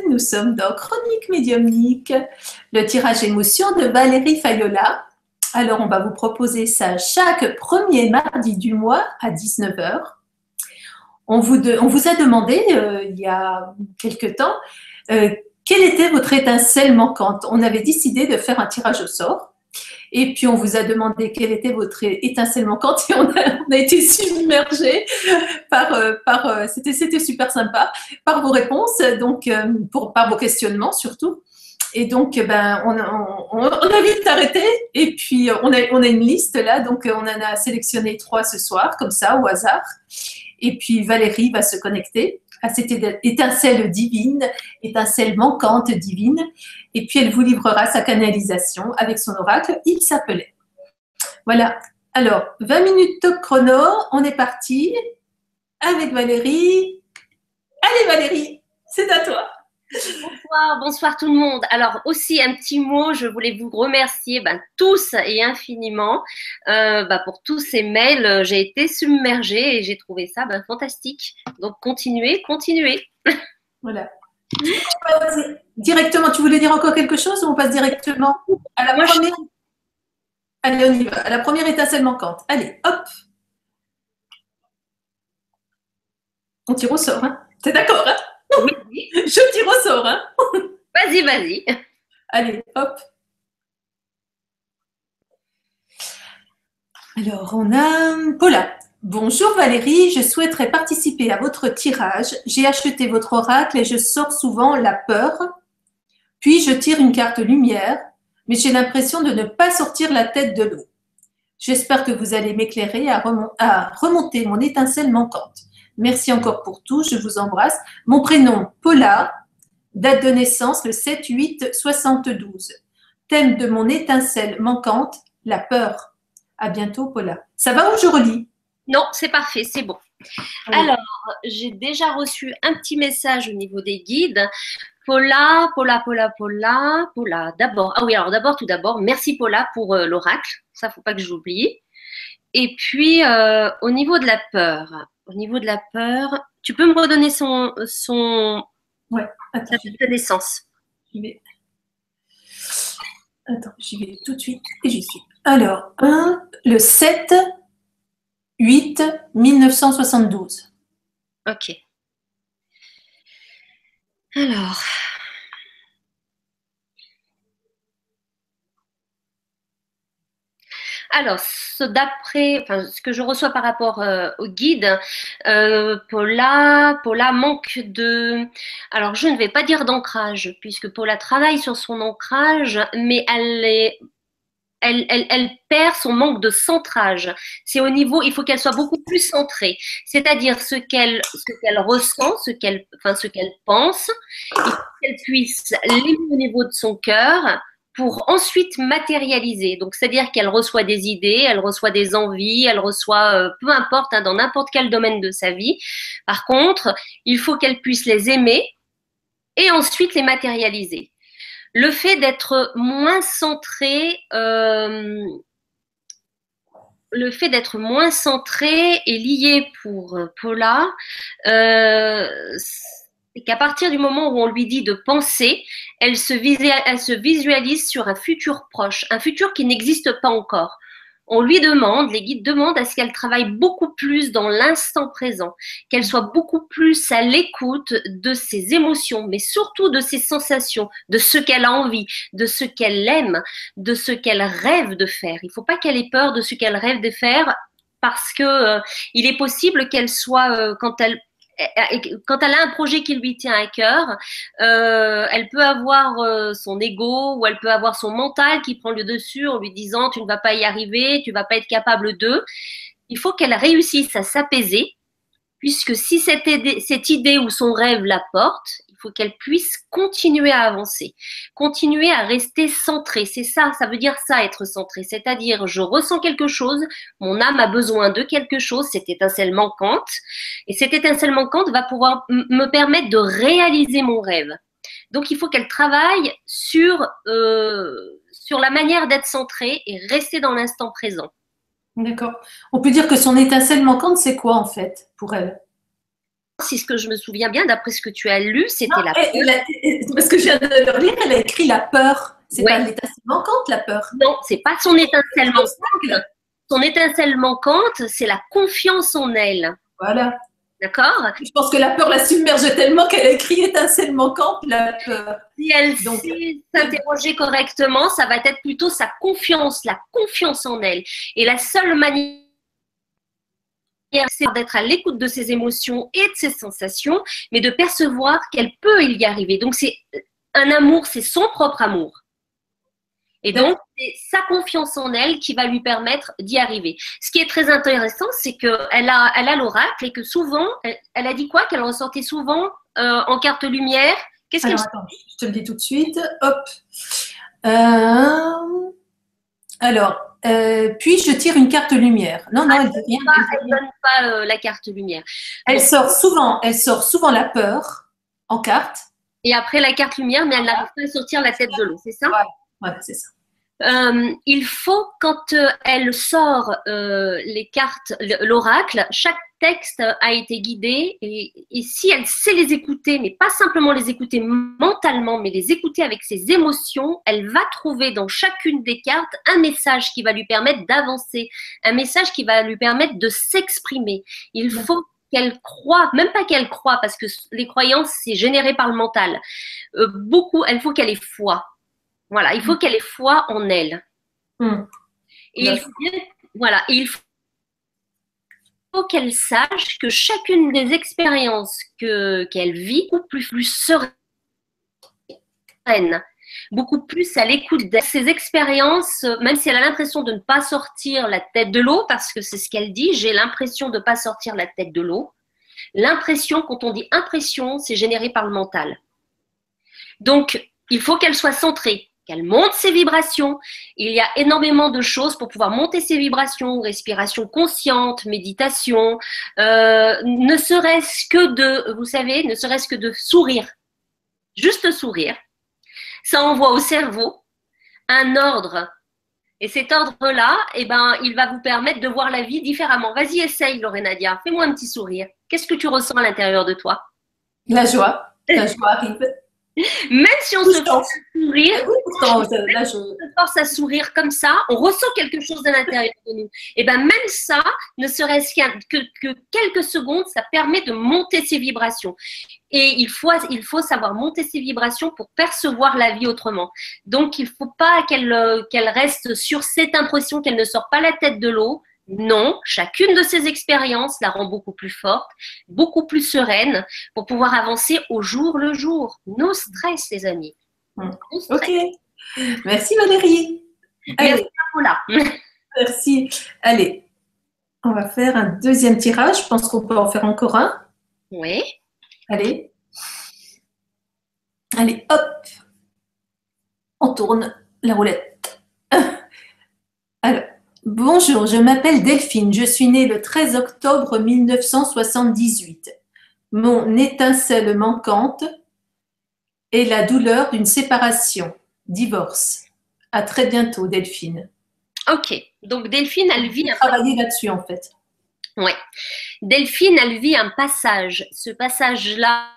nous sommes dans Chronique médiumnique, le tirage émotion de Valérie Fayola. Alors, on va vous proposer ça chaque premier mardi du mois à 19 heures. On vous a demandé, il y a quelque temps, quelle était votre étincelle manquante. On avait décidé de faire un tirage au sort. Et puis, on vous a demandé quelle était votre étincelle manquante et on a été submergés c'était super sympa, par vos réponses, donc par vos questionnements surtout. Et donc, on a vite arrêté. Et puis, on a une liste là, donc on en a sélectionné 3 ce soir, comme ça, au hasard. Et puis, Valérie va se connecter à cette étincelle divine, étincelle manquante divine. Et puis, elle vous livrera sa canalisation avec son oracle. Il s'appelait. Voilà. Alors, 20 minutes top chrono. On est parti avec Valérie. Allez, Valérie, c'est à toi. Bonsoir tout le monde. Alors aussi un petit mot, je voulais vous remercier tous et infiniment pour tous ces mails. J'ai été submergée et j'ai trouvé ça fantastique. Donc continuez. Voilà. Directement, tu voulais dire encore quelque chose ou on passe directement à la première? Allez, on y va. À la première étincelle manquante. Allez, hop. On tire au sort, hein? T'es d'accord, hein? Oui. Je tire au sort, hein? Vas-y. Allez, hop. Alors, on a Paula. Bonjour Valérie, je souhaiterais participer à votre tirage. J'ai acheté votre oracle et je sors souvent la peur. Puis je tire une carte lumière, mais j'ai l'impression de ne pas sortir la tête de l'eau. J'espère que vous allez m'éclairer à remonter mon étincelle manquante. Merci encore pour tout, je vous embrasse. Mon prénom, Paula, date de naissance le 7-8-72. Thème de mon étincelle manquante, la peur. À bientôt, Paula. Ça va ou je relis? Non, c'est parfait, c'est bon. Oui. Alors, j'ai déjà reçu un petit message au niveau des guides. Paula. D'abord, tout d'abord, merci Paula pour l'oracle. Ça, faut pas que j'oublie. Et puis, au niveau de la peur, tu peux me redonner Ouais, attends, sa date de naissance. Attends, j'y vais tout de suite et j'y suis. Alors, le 7-8-1972. Ok. Alors. Alors, ce que je reçois par rapport au guide, Paula manque de. Alors, je ne vais pas dire d'ancrage, puisque Paula travaille sur son ancrage, mais elle perd son manque de centrage. C'est au niveau, il faut qu'elle soit beaucoup plus centrée, c'est-à-dire ce qu'elle ressent, ce qu'elle pense, il faut qu'elle puisse l'aimer au niveau de son cœur pour ensuite matérialiser. Donc, c'est-à-dire qu'elle reçoit des idées, elle reçoit des envies, elle reçoit, peu importe, dans n'importe quel domaine de sa vie. Par contre, il faut qu'elle puisse les aimer et ensuite les matérialiser. Le fait d'être moins centré, est lié pour Paula, c'est qu'à partir du moment où on lui dit de penser, elle se visualise sur un futur proche, un futur qui n'existe pas encore. Les guides demandent à ce qu'elle travaille beaucoup plus dans l'instant présent, qu'elle soit beaucoup plus à l'écoute de ses émotions, mais surtout de ses sensations, de ce qu'elle a envie, de ce qu'elle aime, de ce qu'elle rêve de faire. Il ne faut pas qu'elle ait peur de ce qu'elle rêve de faire parce que il est possible qu'elle soit, quand elle a un projet qui lui tient à cœur, elle peut avoir son ego ou elle peut avoir son mental qui prend le dessus en lui disant tu ne vas pas y arriver, tu ne vas pas être capable de. Il faut qu'elle réussisse à s'apaiser, puisque si cette idée ou son rêve la porte, il faut qu'elle puisse continuer à avancer, continuer à rester centrée. C'est ça, ça veut dire ça, être centré. C'est-à-dire, je ressens quelque chose, mon âme a besoin de quelque chose, cette étincelle manquante, et cette étincelle manquante va pouvoir me permettre de réaliser mon rêve. Donc, il faut qu'elle travaille sur la manière d'être centrée et rester dans l'instant présent. D'accord. On peut dire que son étincelle manquante, c'est quoi en fait pour elle? si ce que je me souviens bien, d'après ce que tu as lu, c'était la peur. Parce que je viens de le lire, elle a écrit la peur. C'est pas l'étincelle manquante, la peur. Non, c'est pas son étincelle manquante. Son étincelle manquante, c'est la confiance en elle. Voilà. D'accord? Je pense que la peur la submerge tellement qu'elle a écrit étincelle manquante, la peur. Si elle sait s'interroger correctement, ça va être plutôt sa confiance, la confiance en elle. Et la seule manière, c'est d'être à l'écoute de ses émotions et de ses sensations, mais de percevoir qu'elle peut y arriver. Donc, c'est un amour, c'est son propre amour. Et donc, c'est sa confiance en elle qui va lui permettre d'y arriver. Ce qui est très intéressant, c'est qu'elle a l'oracle et que souvent, elle a dit quoi? Qu'elle ressortait souvent en carte lumière. Qu'est-ce qu'elle... Attends, je te le dis tout de suite. Hop. Alors, puis je tire une carte lumière. Non, elle dit rien. Elle ne donne pas la carte lumière. Elle sort souvent la peur en carte. Et après la carte lumière, mais elle n'arrive pas à sortir la tête de l'eau, c'est ça? Voilà, c'est ça. Il faut, quand elle sort les cartes, l'oracle, chaque texte a été guidé et si elle sait les écouter, mais pas simplement les écouter mentalement, mais les écouter avec ses émotions, elle va trouver dans chacune des cartes un message qui va lui permettre d'avancer, un message qui va lui permettre de s'exprimer. Il faut qu'elle croie, même pas qu'elle croie, parce que les croyances, c'est généré par le mental. Il faut qu'elle ait foi. Voilà, il faut qu'elle ait foi en elle. Et il faut qu'elle sache que chacune des expériences qu'elle vit, beaucoup plus sereine, beaucoup plus à l'écoute de ces expériences, même si elle a l'impression de ne pas sortir la tête de l'eau, parce que c'est ce qu'elle dit, j'ai l'impression de ne pas sortir la tête de l'eau. L'impression, quand on dit impression, c'est généré par le mental. Donc, il faut qu'elle soit centrée, qu'elle monte ses vibrations. Il y a énormément de choses pour pouvoir monter ses vibrations, respiration consciente, méditation, ne serait-ce que de sourire, juste sourire. Ça envoie au cerveau un ordre. Et cet ordre-là, il va vous permettre de voir la vie différemment. Vas-y, essaye, Lorenadia. Fais-moi un petit sourire. Qu'est-ce que tu ressens à l'intérieur de toi? La joie. La joie arrive. Même si on se force à sourire, force à sourire comme ça, on ressent quelque chose à l'intérieur de nous. Et même ça, ne serait-ce que quelques secondes, ça permet de monter ses vibrations. Et il faut savoir monter ses vibrations pour percevoir la vie autrement. Donc, il ne faut pas qu'elle reste sur cette impression qu'elle ne sort pas la tête de l'eau. Non, chacune de ces expériences la rend beaucoup plus forte, beaucoup plus sereine pour pouvoir avancer au jour le jour. No stress, les amis. No stress. Ok. Merci Valérie. Merci Paula. Merci. Allez, on va faire un deuxième tirage. Je pense qu'on peut en faire encore un. Oui. Allez. Allez, hop. On tourne la roulette. Alors. Bonjour, je m'appelle Delphine, je suis née le 13 octobre 1978. Mon étincelle manquante est la douleur d'une séparation, divorce. À très bientôt, Delphine. Ok, donc Delphine, elle vit... Travailler là-dessus, en fait. Oui. Delphine, elle vit un passage. Ce passage-là,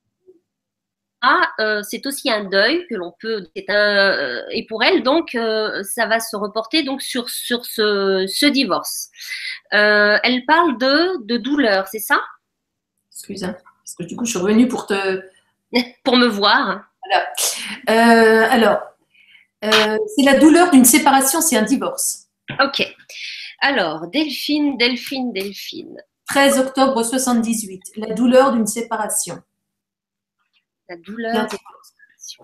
c'est aussi un deuil que l'on peut et pour elle donc ça va se reporter donc sur ce divorce. Elle parle de douleur, c'est ça? Excuse-moi, parce que du coup je suis revenue pour pour me voir. Voilà. Alors c'est la douleur d'une séparation, c'est un divorce. Ok. Alors Delphine. 13 octobre 78. La douleur d'une séparation. La douleur des séparation.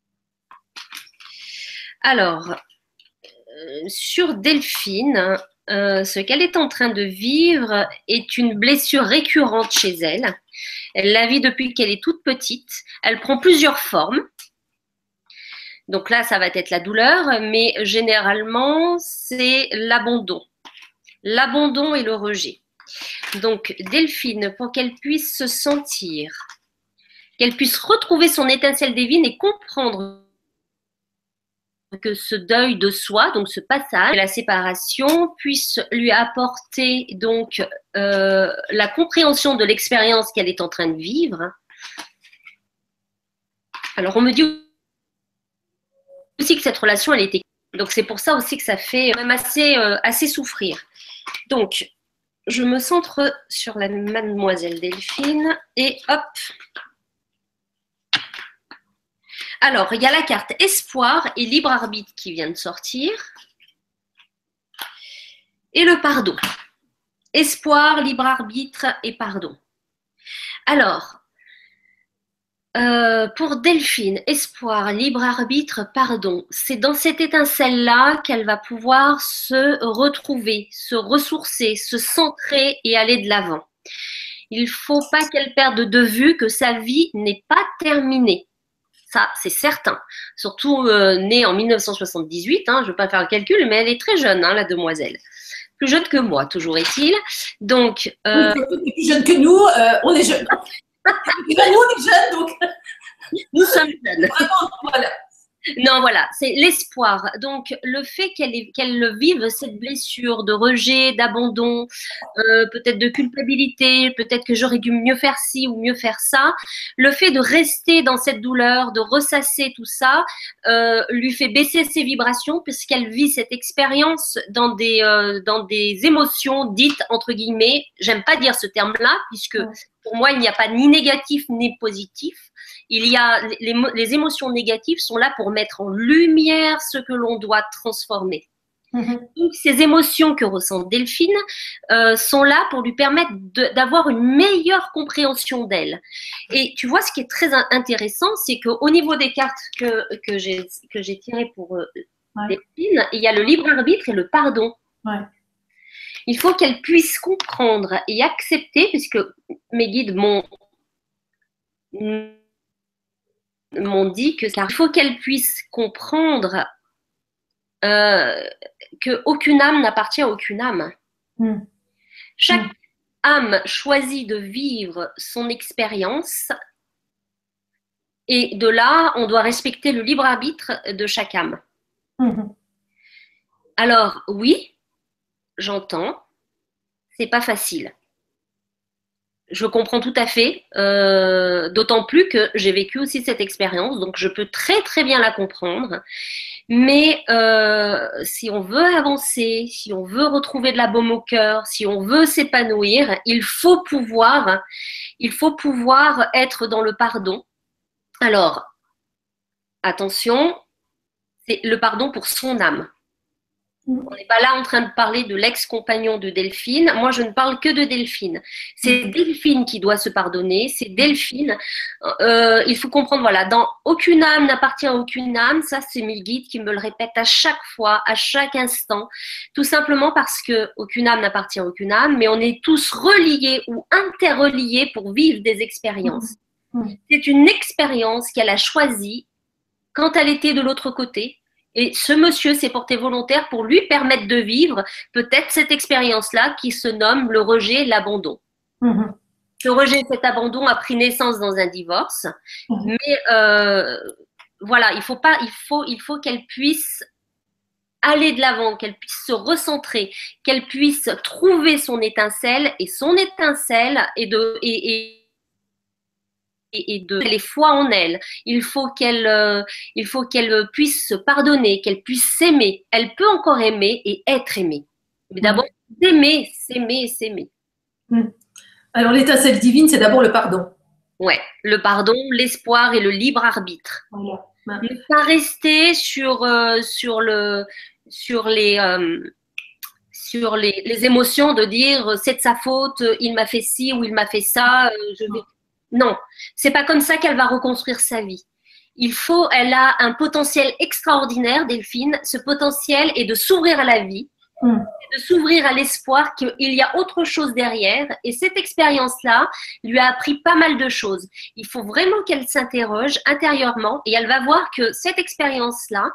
Alors, sur Delphine, ce qu'elle est en train de vivre est une blessure récurrente chez elle. Elle la vit depuis qu'elle est toute petite. Elle prend plusieurs formes. Donc là, ça va être la douleur, mais généralement, c'est l'abandon. L'abandon et le rejet. Donc, Delphine, pour qu'elle puisse se sentir, qu'elle puisse retrouver son étincelle divine et comprendre que ce deuil de soi, donc ce passage, la séparation, puisse lui apporter donc la compréhension de l'expérience qu'elle est en train de vivre. Alors, on me dit aussi que cette relation, elle était... Donc, c'est pour ça aussi que ça fait même assez souffrir. Donc, je me centre sur la mademoiselle Delphine et hop. Alors, il y a la carte espoir et libre arbitre qui vient de sortir. Et le pardon. Espoir, libre arbitre et pardon. Alors, pour Delphine, espoir, libre arbitre, pardon, c'est dans cette étincelle-là qu'elle va pouvoir se retrouver, se ressourcer, se centrer et aller de l'avant. Il ne faut pas qu'elle perde de vue que sa vie n'est pas terminée. Ça, c'est certain. Surtout née en 1978, hein, je ne vais pas faire le calcul, mais elle est très jeune, hein, la demoiselle. Plus jeune que moi, toujours est-il. Donc, plus jeune que nous, on est jeunes. Et ben, nous, on est jeunes, donc. Nous sommes jeunes. Vraiment, voilà. Non, voilà, c'est l'espoir. Donc, le fait qu'elle vive cette blessure de rejet, d'abandon, peut-être de culpabilité, peut-être que j'aurais dû mieux faire ci ou mieux faire ça, le fait de rester dans cette douleur, de ressasser tout ça, lui fait baisser ses vibrations puisqu'elle vit cette expérience dans des émotions dites, entre guillemets, j'aime pas dire ce terme-là, puisque pour moi, il n'y a pas ni négatif ni positif. Il y a les émotions négatives sont là pour mettre en lumière ce que l'on doit transformer. Donc, ces émotions que ressent Delphine sont là pour lui permettre d'avoir une meilleure compréhension d'elle. Et tu vois, ce qui est très intéressant, c'est qu'au niveau des cartes que j'ai tirées pour Delphine, il y a le libre arbitre et le pardon. Ouais. Il faut qu'elle puisse comprendre et accepter, puisque mes guides m'ont dit que il faut qu'elle puisse comprendre qu'aucune âme n'appartient à aucune âme. Chaque âme choisit de vivre son expérience et de là, on doit respecter le libre arbitre de chaque âme. Alors, oui, j'entends, c'est pas facile. Je comprends tout à fait, d'autant plus que j'ai vécu aussi cette expérience, donc je peux très très bien la comprendre. Mais si on veut avancer, si on veut retrouver de la baume au cœur, si on veut s'épanouir, il faut pouvoir être dans le pardon. Alors, attention, c'est le pardon pour son âme. On n'est pas là en train de parler de l'ex-compagnon de Delphine. Moi, je ne parle que de Delphine. C'est Delphine qui doit se pardonner. C'est Delphine. Il faut comprendre, voilà, aucune âme n'appartient à aucune âme. Ça, c'est mes guides qui me le répètent à chaque fois, à chaque instant. Tout simplement parce que aucune âme n'appartient à aucune âme, mais on est tous reliés ou interreliés pour vivre des expériences. C'est une expérience qu'elle a choisie quand elle était de l'autre côté. Et ce monsieur s'est porté volontaire pour lui permettre de vivre peut-être cette expérience-là qui se nomme le rejet et l'abandon. Ce rejet, cet abandon a pris naissance dans un divorce. Mais voilà, il faut qu'elle puisse aller de l'avant, qu'elle puisse se recentrer, qu'elle puisse trouver son étincelle. Et son étincelle est qu'elle ait foi en elle. Il faut qu'elle puisse se pardonner, qu'elle puisse s'aimer. Elle peut encore aimer et être aimée. Mais d'abord, s'aimer. Alors, l'étincelle divine, c'est d'abord le pardon. Ouais, le pardon, l'espoir et le libre arbitre. Voilà. Ne pas rester sur les émotions de dire c'est de sa faute, il m'a fait ci ou il m'a fait ça, Non, c'est pas comme ça qu'elle va reconstruire sa vie. Elle a un potentiel extraordinaire, Delphine. Ce potentiel est de s'ouvrir à la vie, de s'ouvrir à l'espoir qu'il y a autre chose derrière. Et cette expérience-là lui a appris pas mal de choses. Il faut vraiment qu'elle s'interroge intérieurement et elle va voir que cette expérience-là,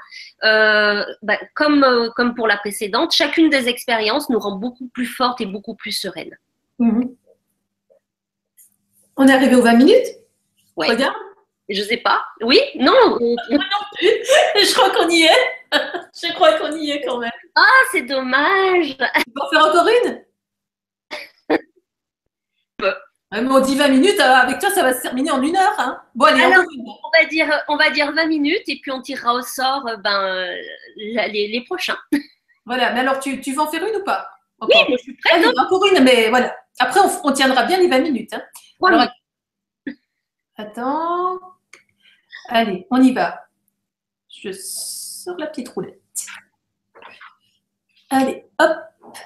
comme pour la précédente, chacune des expériences nous rend beaucoup plus fortes et beaucoup plus sereines. On est arrivé aux 20 minutes. Ouais. Regarde. Je sais pas. Oui? Non? Moi non plus. Je crois qu'on y est. Je crois qu'on y est quand même. Ah, c'est dommage. Tu peux en faire encore une? Ouais, mais on dit 20 minutes, avec toi, ça va se terminer en 1 heure. Hein. Bon, allez, Alors, encore une. on va dire 20 minutes et puis on tirera au sort les prochains. Voilà, mais alors tu veux en faire une ou pas? Oui, Encore. mais je suis prête. Allez, encore une, mais voilà. Après, on tiendra bien les 20 minutes. Hein. Alors, attends. Allez, on y va. Je sors la petite roulette. Allez, hop.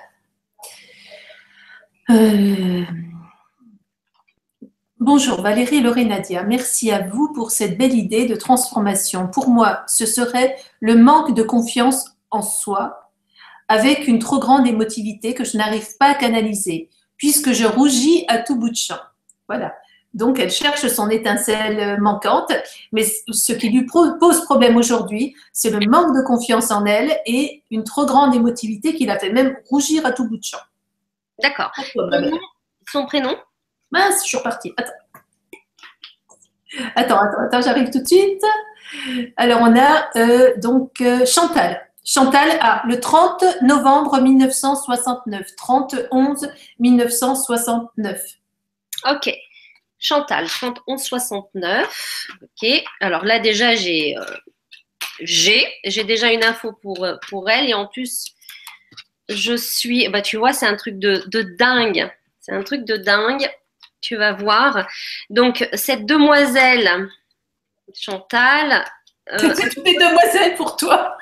Bonjour Valérie Lorenadia, merci à vous pour cette belle idée de transformation. Pour moi, ce serait le manque de confiance en soi avec une trop grande émotivité que je n'arrive pas à canaliser puisque je rougis à tout bout de champ. Voilà. Donc, elle cherche son étincelle manquante, mais ce qui lui pose problème aujourd'hui, c'est le manque de confiance en elle et une trop grande émotivité qui la fait même rougir à tout bout de champ. D'accord. Son prénom? Mince, je suis repartie. Attends, j'arrive tout de suite. Alors, on a donc Chantal. Chantal a le 30 novembre 1969, 30-11 1969. Ok. Chantal, 30-11-69. Ok. Alors là, déjà, j'ai déjà une info pour elle. Et en plus, je suis… Bah, tu vois, c'est un truc de dingue. C'est un truc de dingue. Tu vas voir. Donc, cette demoiselle, Chantal… C'était toutes les demoiselles pour toi.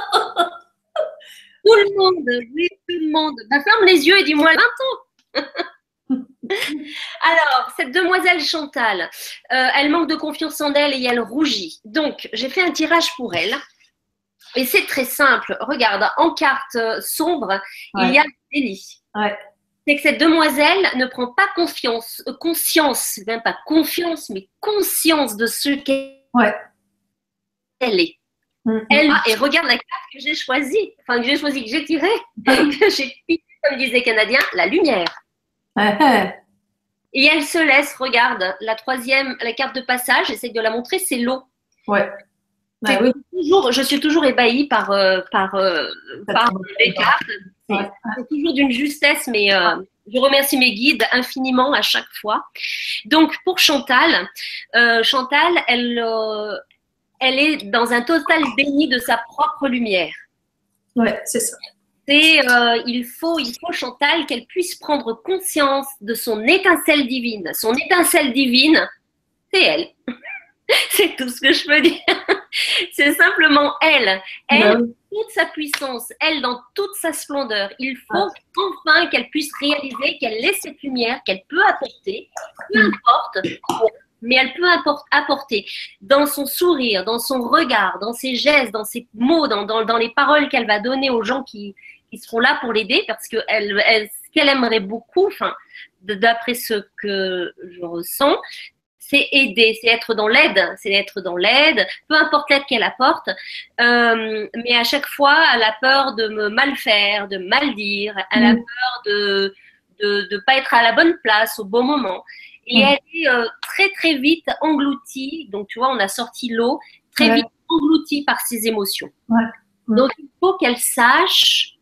Tout le monde, oui, tout le monde. Bah, ferme les yeux et dis-moi 20 ans. Alors, cette demoiselle Chantal, elle manque de confiance en elle et elle rougit. Donc, j'ai fait un tirage pour elle. Et c'est très simple. Regarde, en carte sombre, Ouais. il y a le déni. Ouais. C'est que cette demoiselle ne prend pas conscience, même pas confiance, mais conscience de ce qu'elle est. Et regarde la carte que j'ai choisie, que j'ai tirée, que j'ai tirée, comme disait les Canadiens, la lumière. Et elle se laisse, regarde, la carte de passage, j'essaie de la montrer, c'est l'eau. Ouais. Oui. Je suis toujours ébahie par les cartes. C'est toujours d'une justesse, mais je remercie mes guides infiniment à chaque fois. Donc, pour Chantal, elle est dans un total déni de sa propre lumière. Ouais, c'est ça. Il faut Chantal qu'elle puisse prendre conscience de son étincelle divine. Son étincelle divine, c'est elle. C'est tout ce que je peux dire. C'est simplement elle. Elle, toute sa puissance, elle dans toute sa splendeur. Il faut enfin qu'elle puisse réaliser qu'elle est cette lumière, qu'elle peut apporter, peu importe, mais elle peut apporter dans son sourire, dans son regard, dans ses gestes, dans ses mots, dans les paroles qu'elle va donner aux gens qui seront là pour l'aider, parce que ce qu'elle aimerait beaucoup, d'après ce que je ressens, c'est aider, c'est être dans l'aide, peu importe l'aide qu'elle apporte, mais à chaque fois, elle a peur de me mal faire, de mal dire, elle a peur de pas être à la bonne place au bon moment. Et elle est très, très vite engloutie. Donc, tu vois, on a sorti l'eau, très vite engloutie par ses émotions. Donc, il faut qu'elle sache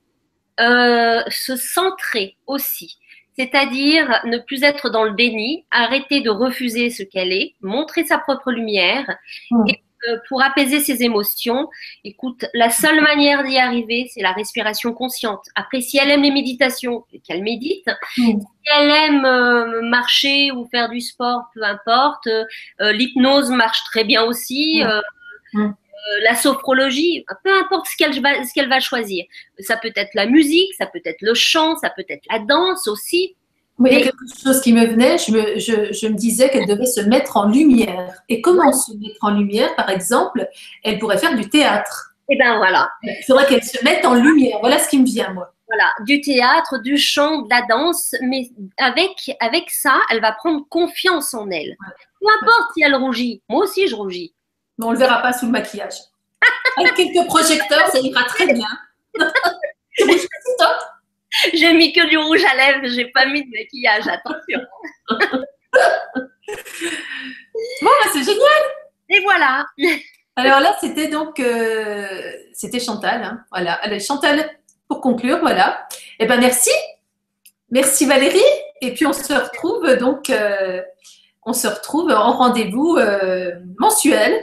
se centrer aussi. C'est-à-dire ne plus être dans le déni, arrêter de refuser ce qu'elle est, montrer sa propre lumière. Et pour apaiser ses émotions, écoute, la seule manière d'y arriver, c'est la respiration consciente. Après, si elle aime les méditations, qu'elle médite. Si elle aime marcher ou faire du sport, peu importe. L'hypnose marche très bien aussi. La sophrologie, peu importe ce qu'elle va choisir. Ça peut être la musique, ça peut être le chant, ça peut être la danse aussi. Oui, il y a quelque chose qui me venait, je me disais qu'elle devait se mettre en lumière. Et comment se mettre en lumière, par exemple, elle pourrait faire du théâtre. Et bien voilà. Il faudrait qu'elle se mette en lumière. Voilà ce qui me vient, moi. Voilà, du théâtre, du chant, de la danse, mais avec ça, elle va prendre confiance en elle. Peu importe si elle rougit. Moi aussi, je rougis. Mais on ne le verra pas sous le maquillage. Avec quelques projecteurs, ça ira très bien. J'ai mis que du rouge à lèvres, j'ai pas mis de maquillage, attention. Bon, bah, c'est génial. Et voilà. Alors là, c'était donc c'était Chantal. Hein, voilà. Allez, Chantal, pour conclure, voilà. Eh ben merci. Merci Valérie. Et puis on se retrouve donc en rendez-vous mensuel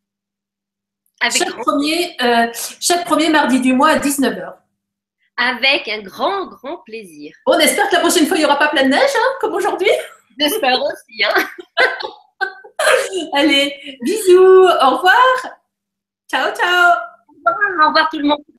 chaque premier mardi du mois à 19h. Avec un grand, grand plaisir. On espère que la prochaine fois, il n'y aura pas plein de neige, hein, comme aujourd'hui. J'espère aussi. Hein. Allez, bisous, au revoir. Ciao, ciao. Au revoir tout le monde.